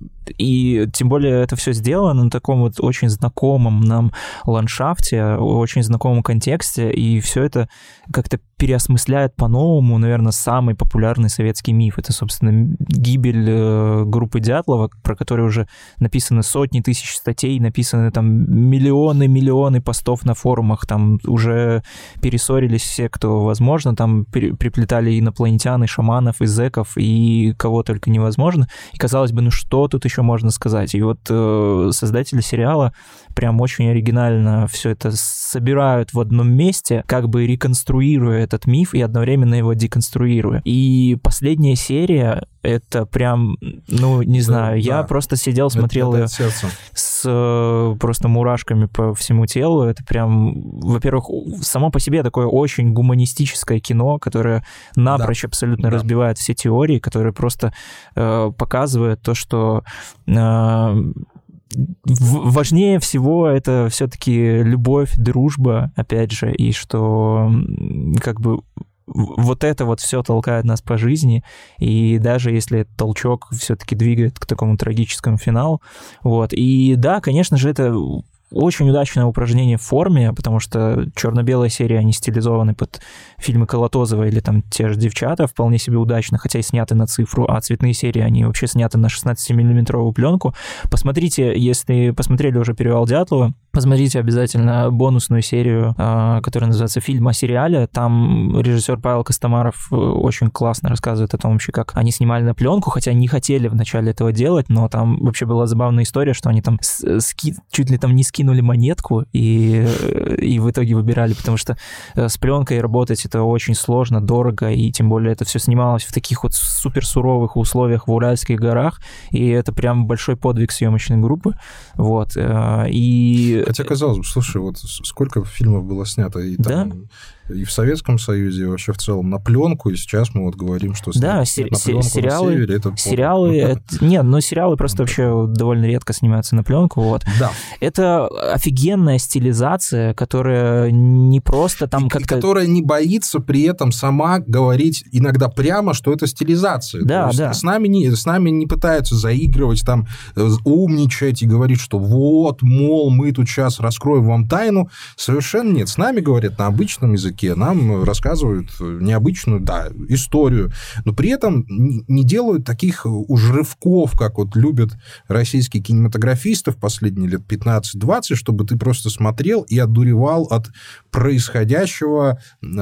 И тем более это все сделано на таком вот очень знакомом нам ландшафте, очень знакомом контексте, и все это как-то переосмысляет по-новому, наверное, самый популярный советский миф. Это, собственно, гибель группы Дятлова, про которую уже написаны сотни тысяч статей, написаны там миллионы, миллионы постов на форумах, там уже перессорились все, кто возможно, там приплетали инопланетян, и шаманов, и зэков, и кого только невозможно. И казалось бы, ну что тут еще можно сказать? И вот э, создатели сериала прям очень оригинально все это собирают в одном месте, как бы реконструируя этот миф и одновременно его деконструируя. И последняя серия — это прям, ну, не знаю, да, я да. просто сидел, смотрел ее с просто мурашками по всему телу. Это прям, во-первых, само по себе такое очень гуманистическое кино, которое напрочь да. абсолютно да. разбивает все теории, которое просто э, показывает то, что э, важнее всего это все-таки любовь, дружба, опять же, и что как бы вот это вот все толкает нас по жизни, и даже если этот толчок все-таки двигает к такому трагическому финалу, вот, и да, конечно же, это очень удачное упражнение в форме, потому что черно-белые серии, они стилизованы под фильмы Колотозова или там те же «Девчата», вполне себе удачно, хотя и сняты на цифру, а цветные серии, они вообще сняты на шестнадцатимиллиметровую пленку. Посмотрите, если посмотрели уже «Перевал Дятлова», посмотрите обязательно бонусную серию, которая называется «Фильм о сериале». Там режиссер Павел Костомаров очень классно рассказывает о том вообще, как они снимали на пленку, хотя не хотели вначале этого делать, но там вообще была забавная история, что они там ски... чуть ли там не скинули монетку и, и в итоге выбирали, потому что с пленкой работать это очень сложно, дорого, и тем более это все снималось в таких вот суперсуровых условиях в Уральских горах, и это прям большой подвиг съемочной группы, вот, и... Хотя, казалось бы, слушай, вот сколько фильмов было снято и там... Да? И в Советском Союзе, и вообще в целом на пленку, и сейчас мы вот говорим, что да, на се- пленку сериалы, на севере, это сериалы, это, нет, ну сериалы просто вообще довольно редко снимаются на пленку, вот. Да. Это офигенная стилизация, которая не просто там и, как-то... которая не боится при этом сама говорить иногда прямо, что это стилизация. Да, То есть да. С нами, не, с нами не пытаются заигрывать, там, умничать и говорить, что вот, мол, мы тут сейчас раскроем вам тайну. Совершенно нет. С нами говорят на обычном языке, нам рассказывают необычную, да, историю, но при этом не делают таких уж рывков, как вот любят российские кинематографисты в последние лет пятнадцать-двадцать, чтобы ты просто смотрел и одуревал от происходящего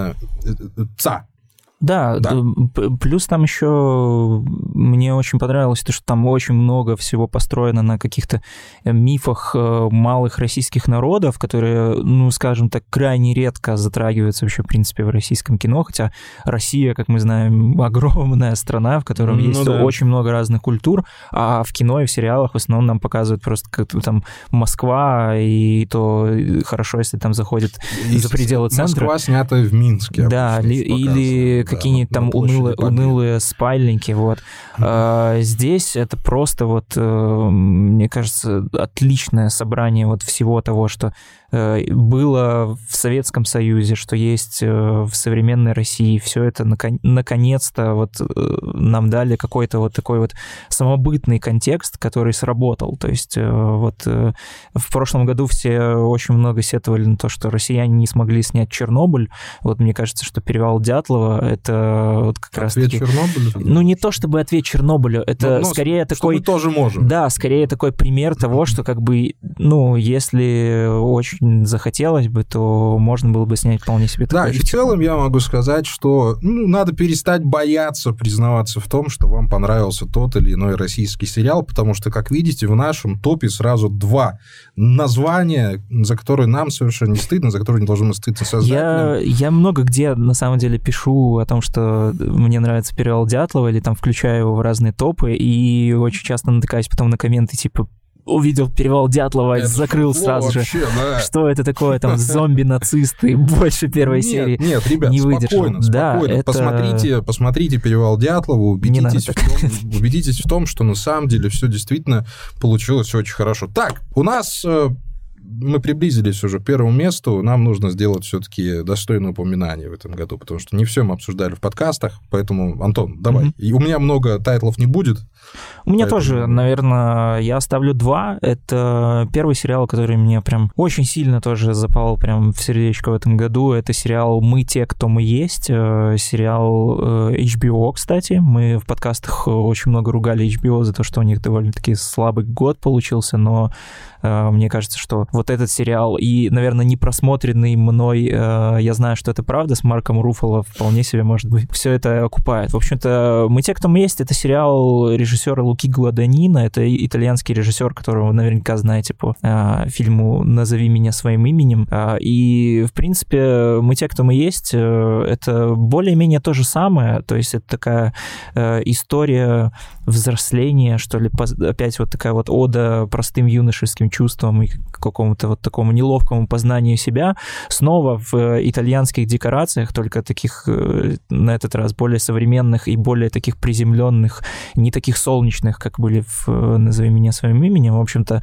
ца. Да, да, плюс там еще мне очень понравилось то, что там очень много всего построено на каких-то мифах малых российских народов, которые, ну, скажем так, крайне редко затрагиваются вообще, в принципе, в российском кино, хотя Россия, как мы знаем, огромная страна, в которой ну, есть да. очень много разных культур, а в кино и в сериалах в основном нам показывают просто как-то там Москва, и то хорошо, если там заходит и за пределы центра. Москва снята в Минске. Да, ли, или какие-нибудь да, там унылые, унылые спальники, вот. Mm-hmm. А, здесь это просто вот, мне кажется, отличное собрание вот всего того, что было в Советском Союзе, что есть в современной России. Все это наконец-то вот нам дали какой-то вот такой вот самобытный контекст, который сработал. То есть вот в прошлом году все очень много сетовали на то, что россияне не смогли снять Чернобыль. Вот мне кажется, что «Перевал Дятлова» — это вот как раз таки... Ответ Чернобылю? Ну, не то чтобы ответ Чернобылю, это но, но скорее что такой... мы тоже можем. Да, скорее такой пример того, что как бы, ну, если очень захотелось бы, то можно было бы снять вполне себе такой. Да, и в целом я могу сказать, что ну, надо перестать бояться признаваться в том, что вам понравился тот или иной российский сериал, потому что, как видите, в нашем топе сразу два названия, за которые нам совершенно не стыдно, за которые не должны стыдно создателям. Я, я много где, на самом деле, пишу о том, что мне нравится «Перевал Дятлова», или там включаю его в разные топы, и очень часто натыкаюсь потом на комменты типа увидел «Перевал Дятлова», это закрыл сразу вообще, же. Да. Что это такое, там, зомби-нацисты, больше первой нет, серии нет, ребят, не спокойно, выдержал. Да, спокойно. Это... Посмотрите, посмотрите «Перевал Дятлова», убедитесь в, том, убедитесь в том, что на самом деле все действительно получилось очень хорошо. Так, у нас... Мы приблизились уже к первому месту, нам нужно сделать все-таки достойное упоминание в этом году, потому что не все мы обсуждали в подкастах, поэтому, Антон, давай. Mm-hmm. И у меня много тайтлов не будет. У меня поэтому... тоже, наверное, я оставлю два. Это первый сериал, который мне прям очень сильно тоже запал прям в сердечко в этом году. Это сериал «Мы те, кто мы есть», сериал эйч би о, кстати. Мы в подкастах очень много ругали эйч би о за то, что у них довольно-таки слабый год получился, но Мне кажется, что вот этот сериал и, наверное, непросмотренный мной, я знаю, что это правда, с Марком Руффало вполне себе, может быть, все это окупает. В общем-то, «Мы те, кто мы есть» — это сериал режиссера Луки Гладанина, это итальянский режиссер, которого вы наверняка знаете по фильму «Назови меня своим именем». И, в принципе, «Мы те, кто мы есть» — это более-менее то же самое, то есть это такая история взросления, что ли, опять вот такая вот ода простым юношеским чувствам и какому-то вот такому неловкому познанию себя, снова в итальянских декорациях, только таких, на этот раз, более современных и более таких приземленных, не таких солнечных, как были в «Назови меня своим именем». В общем-то,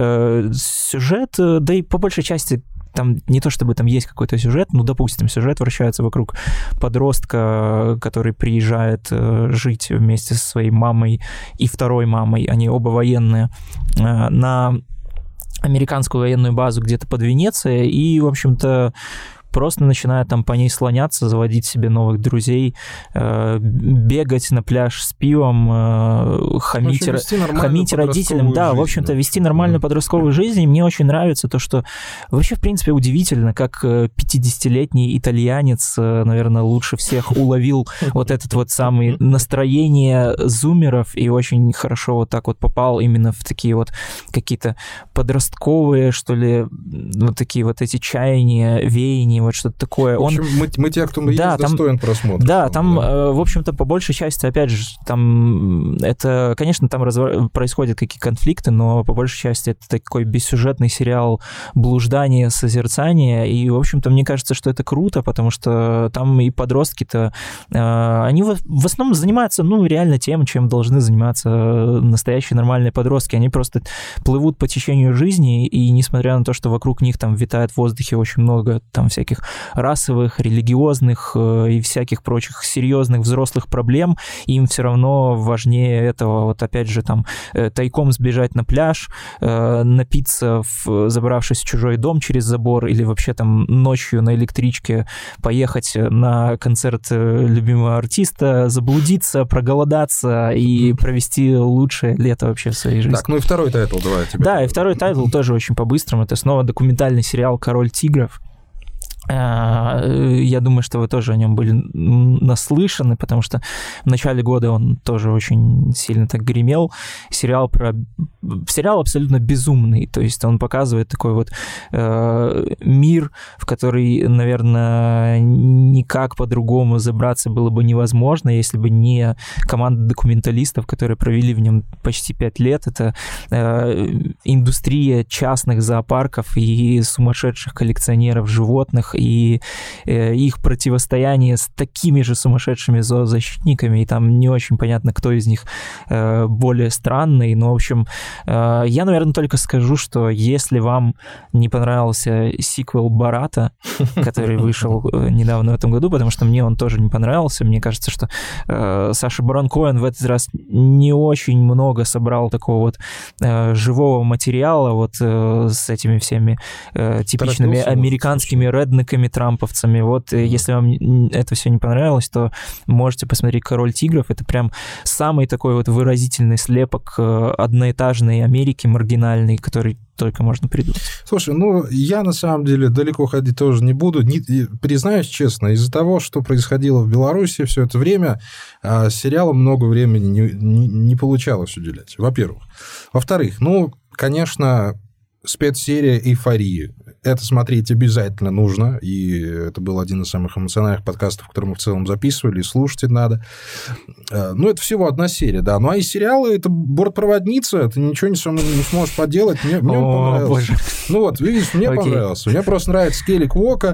сюжет, да и по большей части там не то чтобы там есть какой-то сюжет, ну, допустим, сюжет вращается вокруг подростка, который приезжает жить вместе со своей мамой и второй мамой, они оба военные, на американскую военную базу где-то под Венецией, и, в общем-то, просто начинает там по ней слоняться, заводить себе новых друзей, э, бегать на пляж с пивом, э, хамить, общем, хамить родителям. Да, жизнь, в общем-то, да. вести нормальную mm-hmm. подростковую жизнь. И мне очень нравится то, что вообще, в принципе, удивительно, как пятидесятилетний итальянец, наверное, лучше всех уловил вот этот вот самый настроение зумеров и очень хорошо вот так вот попал именно в такие вот какие-то подростковые, что ли, вот такие вот эти чаяния, веяния, вот что-то такое. В общем, он... мы, мы те, кто мы да, есть, там, достоин просмотра. Да, там, да. Э, в общем-то, по большей части, опять же, там это, конечно, там разв... происходят какие-то конфликты, но по большей части это такой бессюжетный сериал блуждания, созерцания, и, в общем-то, мне кажется, что это круто, потому что там и подростки-то, э, они в, в основном занимаются, ну, реально тем, чем должны заниматься настоящие нормальные подростки. Они просто плывут по течению жизни, и несмотря на то, что вокруг них там витает в воздухе очень много там всяких расовых, религиозных и всяких прочих серьезных взрослых проблем, им все равно важнее этого, вот опять же, там, тайком сбежать на пляж, напиться, в, забравшись в чужой дом через забор, или вообще там ночью на электричке поехать на концерт любимого артиста, заблудиться, проголодаться и провести лучшее лето вообще в своей жизни. Так, ну и второй тайтл давай тебе. Да, и второй тайтл тоже очень по-быстрому. Это снова документальный сериал «Король тигров». Я думаю, что вы тоже о нем были наслышаны, потому что в начале года он тоже очень сильно так гремел. Сериал про... Сериал абсолютно безумный, то есть он показывает такой вот э, мир, в который, наверное, никак по-другому забраться было бы невозможно, если бы не команда документалистов, которые провели в нем почти пять лет. Это э, индустрия частных зоопарков и сумасшедших коллекционеров животных, и э, их противостояние с такими же сумасшедшими зоозащитниками, и там не очень понятно, кто из них э, более странный, но, в общем, э, я, наверное, только скажу, что если вам не понравился сиквел «Бората», который вышел недавно в этом году, потому что мне он тоже не понравился, мне кажется, что э, Саша Барон Коэн в этот раз не очень много собрал такого вот э, живого материала вот э, с этими всеми э, типичными американскими реднеками, трамповцами. Вот если вам это все не понравилось, то можете посмотреть «Король тигров». Это прям самый такой вот выразительный слепок одноэтажной Америки, маргинальной, который только можно придумать. Слушай, ну, я на самом деле далеко ходить тоже не буду. Не, признаюсь честно, из-за того, что происходило в Беларуси все это время, сериалу много времени не, не, не получалось уделять, во-первых. Во-вторых, ну, конечно, спецсерия «Эйфория». Это смотреть обязательно нужно, и это был один из самых эмоциональных подкастов, которые мы в целом записывали, и слушать надо. Ну, это всего одна серия, да. Ну, а и сериалы — это «Бортпроводница», ты ничего не, сам, не сможешь поделать, мне, мне он понравился. Боже. Ну вот, видишь, мне okay. понравился. Мне просто нравится Келли Куока,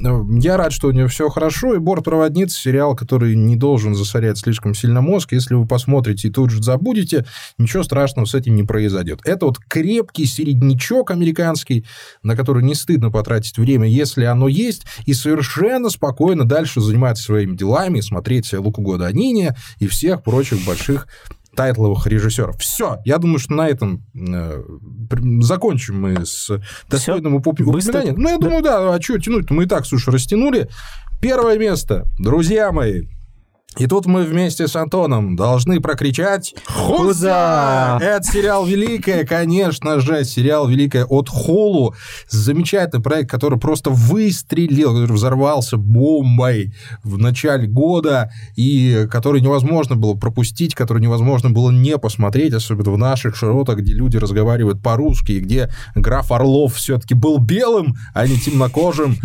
я рад, что у нее все хорошо, и «Бортпроводница» — сериал, который не должен засорять слишком сильно мозг. Если вы посмотрите и тут же забудете, ничего страшного с этим не произойдет. Это вот крепкий середнячок американский, на который не стыдно потратить время, если оно есть, и совершенно спокойно дальше заниматься своими делами, смотреть Луку Гуаданини и всех прочих больших тайтловых режиссеров. Все, я думаю, что на этом э, закончим мы с достойным упоминанием. Ну, я думаю, да, а что тянуть? Мы и так, слушай, растянули. Первое место, друзья мои, И тут мы вместе с Антоном должны прокричать «Хуза!». Это сериал «Великая», конечно же, сериал «Великая» от Hulu. Замечательный проект, который просто выстрелил, который взорвался бомбой в начале года, и который невозможно было пропустить, который невозможно было не посмотреть, особенно в наших широтах, где люди разговаривают по-русски, и где граф Орлов все-таки был белым, а не темнокожим.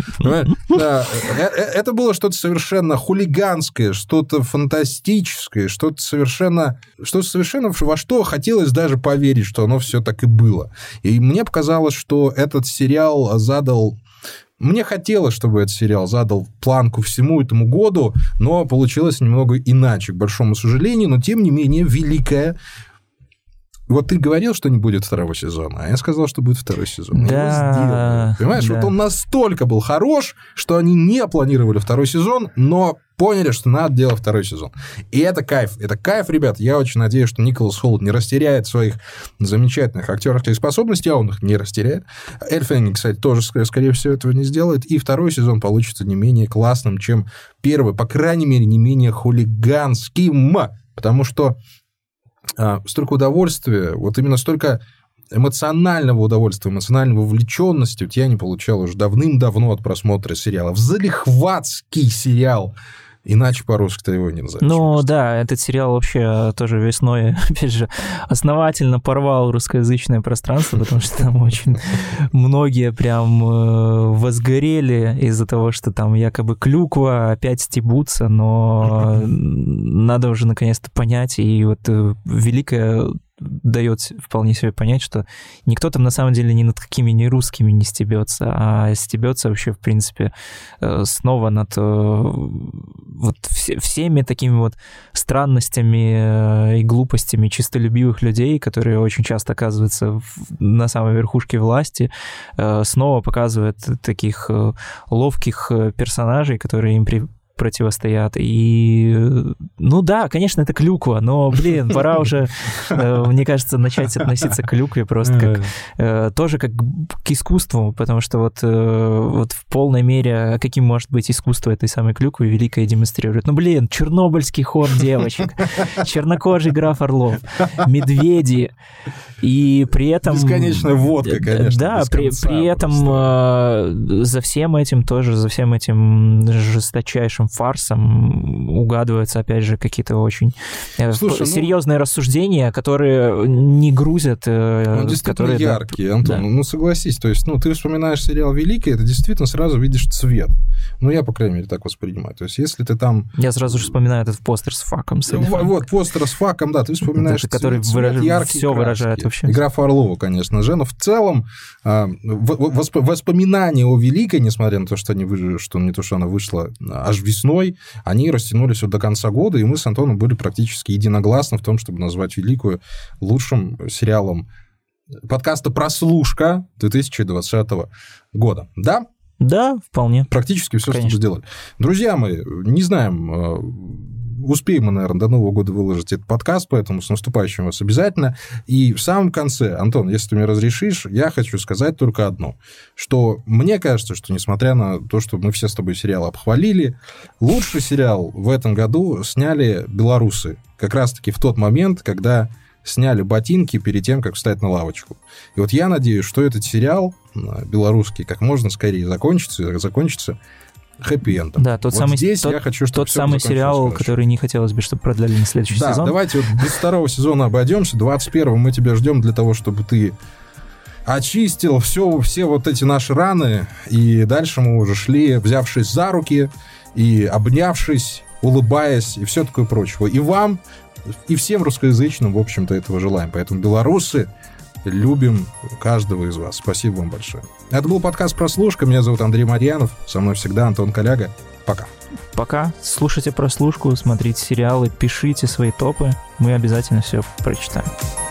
Это было что-то совершенно хулиганское, что-то фантастическое, что-то совершенно, что-то совершенно во что хотелось даже поверить, что оно все так и было. И мне показалось, что этот сериал задал... Мне хотелось, чтобы этот сериал задал планку всему этому году, но получилось немного иначе, к большому сожалению, но тем не менее «Великая». Вот ты говорил, что не будет второго сезона, а я сказал, что будет второй сезон. Да. Понимаешь, да. Вот он настолько был хорош, что они не планировали второй сезон, но поняли, что надо делать второй сезон. И это кайф. Это кайф, ребят. Я очень надеюсь, что Николас Холт не растеряет своих замечательных актерских способностей, а он их не растеряет. Эль Фенни, кстати, тоже, скорее всего, этого не сделает. И второй сезон получится не менее классным, чем первый. По крайней мере, не менее хулиганским. Потому что столько удовольствия, вот именно столько эмоционального удовольствия, эмоциональной вовлеченности у тебя не получал уже давным-давно от просмотра сериалов. Залихватский сериал. Иначе по-русски ты его не назовешь. Ну да, этот сериал вообще тоже весной, опять же, основательно порвал русскоязычное пространство, потому что там очень многие прям возгорели из-за того, что там якобы клюква, опять стебутся, но надо уже наконец-то понять, и вот «Великая» дает вполне себе понять, что никто там на самом деле ни над какими не русскими не стебется, а стебется вообще, в принципе, снова над вот всеми такими вот странностями и глупостями чистолюбивых людей, которые очень часто оказываются на самой верхушке власти, снова показывает таких ловких персонажей, которые им при противостоят. И, ну да, конечно, это клюква, но, блин, пора уже, мне кажется, начать относиться к клюкве просто как тоже как к искусству, потому что вот, вот в полной мере, каким может быть искусство этой самой клюквы, Великая демонстрирует. Ну, блин, чернобыльский хор девочек, чернокожий граф Орлов, медведи, и при этом... Бесконечная водка, конечно. Да, при, при этом просто. За всем этим тоже, за всем этим жесточайшим фарсом угадываются, опять же, какие-то очень Слушай, серьезные ну, рассуждения, которые не грузят. Он действительно которые, яркий, да, Антон. Да. Ну, согласись, то есть, ну, ты вспоминаешь сериал «Великий», это действительно сразу видишь цвет. Ну, я, по крайней мере, так воспринимаю. То есть, если ты там... Я сразу же вспоминаю этот постер с факом. С вот, постер с факом, да, ты вспоминаешь цвет, который цвет, выраж... яркий, все выражает вообще. И графа Орлова, конечно же. Но в целом воспоминания о «Великой», несмотря на то, что, они вы... что не то, что она вышла аж весной, они растянулись вот до конца года, и мы с Антоном были практически единогласны в том, чтобы назвать «Великую» лучшим сериалом подкаста «Прослушка» две тысячи двадцатого года. Да? Да, вполне. Практически все, что мы сделали. Друзья мои, не знаем, успеем мы, наверное, до Нового года выложить этот подкаст, поэтому с наступающим вас обязательно. И в самом конце, Антон, если ты мне разрешишь, я хочу сказать только одно, что мне кажется, что несмотря на то, что мы все с тобой сериал обхвалили, лучший сериал в этом году сняли белорусы. Как раз-таки в тот момент, когда сняли ботинки перед тем, как встать на лавочку. И вот я надеюсь, что этот сериал белорусский как можно скорее закончится, и закончится хэппи-эндом. Да, тот вот самый, здесь тот, я хочу, чтобы тот самый сериал, хорошо. Который не хотелось бы, чтобы продали на следующий да, сезон. Да, давайте вот без второго сезона обойдемся. двадцать первого мы тебя ждем для того, чтобы ты очистил все, все вот эти наши раны, и дальше мы уже шли, взявшись за руки и обнявшись, улыбаясь, и все такое прочее. И вам, и всем русскоязычным, в общем-то, этого желаем. Поэтому, белорусы, любим каждого из вас. Спасибо вам большое. Это был подкаст «Прослушка». Меня зовут Андрей Марьянов. Со мной всегда Антон Коляга. Пока. Пока. Слушайте «Прослушку», смотрите сериалы, пишите свои топы. Мы обязательно все прочитаем.